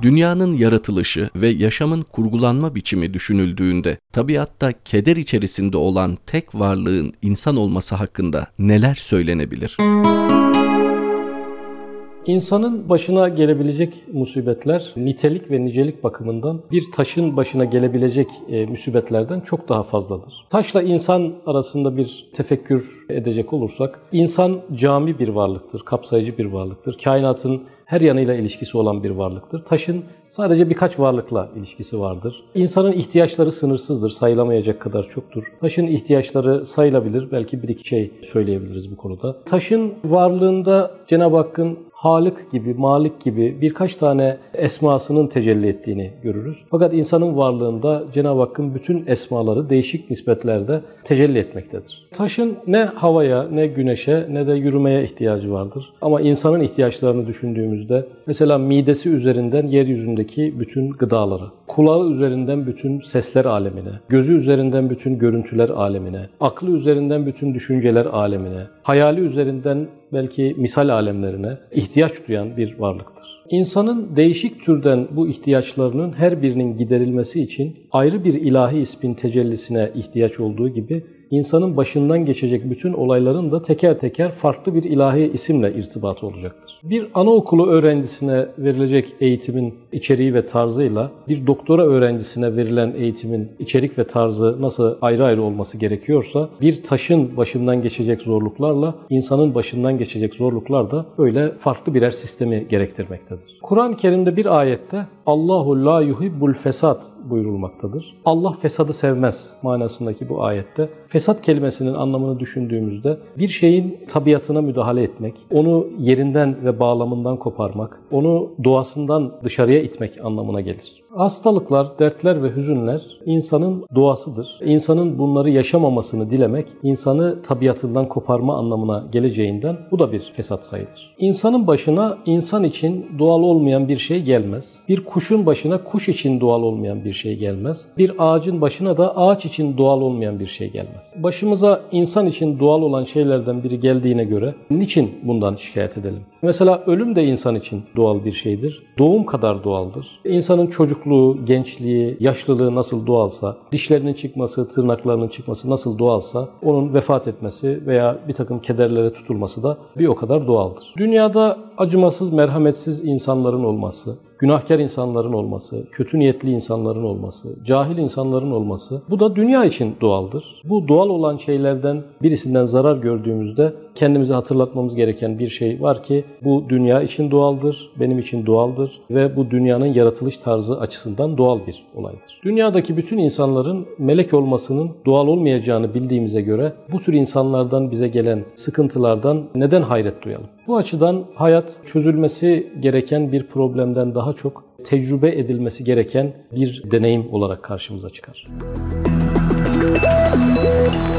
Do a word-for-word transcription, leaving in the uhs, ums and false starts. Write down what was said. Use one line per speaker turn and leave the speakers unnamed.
Dünyanın yaratılışı ve yaşamın kurgulanma biçimi düşünüldüğünde, tabiatta keder içerisinde olan tek varlığın insan olması hakkında neler söylenebilir?
İnsanın başına gelebilecek musibetler nitelik ve nicelik bakımından bir taşın başına gelebilecek e, musibetlerden çok daha fazladır. Taşla insan arasında bir tefekkür edecek olursak, insan cami bir varlıktır, kapsayıcı bir varlıktır. Kainatın her yanıyla ilişkisi olan bir varlıktır. Taşın sadece birkaç varlıkla ilişkisi vardır. İnsanın ihtiyaçları sınırsızdır, sayılamayacak kadar çoktur. Taşın ihtiyaçları sayılabilir, belki bir iki şey söyleyebiliriz bu konuda. Taşın varlığında Cenab-ı Hakk'ın Halık gibi, Malik gibi birkaç tane esmasının tecelli ettiğini görürüz. Fakat insanın varlığında Cenab-ı Hakk'ın bütün esmaları değişik nispetlerde tecelli etmektedir. Taşın ne havaya, ne güneşe, ne de yürümeye ihtiyacı vardır. Ama insanın ihtiyaçlarını düşündüğümüzde, mesela midesi üzerinden yeryüzündeki bütün gıdaları, kulağı üzerinden bütün sesler alemine, gözü üzerinden bütün görüntüler alemine, aklı üzerinden bütün düşünceler alemine, hayali üzerinden belki misal alemlerine ihtiyaç duyan bir varlıktır. İnsanın değişik türden bu ihtiyaçlarının her birinin giderilmesi için ayrı bir ilahi ismin tecellisine ihtiyaç olduğu gibi, insanın başından geçecek bütün olayların da teker teker farklı bir ilahi isimle irtibatı olacaktır. Bir anaokulu öğrencisine verilecek eğitimin içeriği ve tarzıyla bir doktora öğrencisine verilen eğitimin içerik ve tarzı nasıl ayrı ayrı olması gerekiyorsa, bir taşın başından geçecek zorluklarla insanın başından geçecek zorluklar da öyle farklı birer sistemi gerektirmektedir. Kur'an-ı Kerim'de bir ayette Allahu la yuhibbul fesat buyurulmaktadır. Allah fesadı sevmez manasındaki bu ayette fesat kelimesinin anlamını düşündüğümüzde bir şeyin tabiatına müdahale etmek, onu yerinden ve bağlamından koparmak, onu doğasından dışarıya itmek anlamına gelir. Hastalıklar, dertler ve hüzünler insanın doğasıdır. İnsanın bunları yaşamamasını dilemek, insanı tabiatından koparma anlamına geleceğinden bu da bir fesat sayılır. İnsanın başına insan için doğal olmayan bir şey gelmez. Bir kuşun başına kuş için doğal olmayan bir şey gelmez. Bir ağacın başına da ağaç için doğal olmayan bir şey gelmez. Başımıza insan için doğal olan şeylerden biri geldiğine göre niçin bundan şikayet edelim? Mesela ölüm de insan için doğal bir şeydir. Doğum kadar doğaldır. İnsanın çocukluğu, gençliği, yaşlılığı nasıl doğalsa, dişlerinin çıkması, tırnaklarının çıkması nasıl doğalsa, onun vefat etmesi veya bir takım kederlere tutulması da bir o kadar doğaldır. Dünyada acımasız, merhametsiz insanların olması, günahkar insanların olması, kötü niyetli insanların olması, cahil insanların olması, bu da dünya için doğaldır. Bu doğal olan şeylerden birisinden zarar gördüğümüzde kendimize hatırlatmamız gereken bir şey var ki bu dünya için doğaldır, benim için doğaldır ve bu dünyanın yaratılış tarzı açısından doğal bir olaydır. Dünyadaki bütün insanların melek olmasının doğal olmayacağını bildiğimize göre bu tür insanlardan bize gelen sıkıntılardan neden hayret duyalım? Bu açıdan hayat çözülmesi gereken bir problemden daha çok tecrübe edilmesi gereken bir deneyim olarak karşımıza çıkar.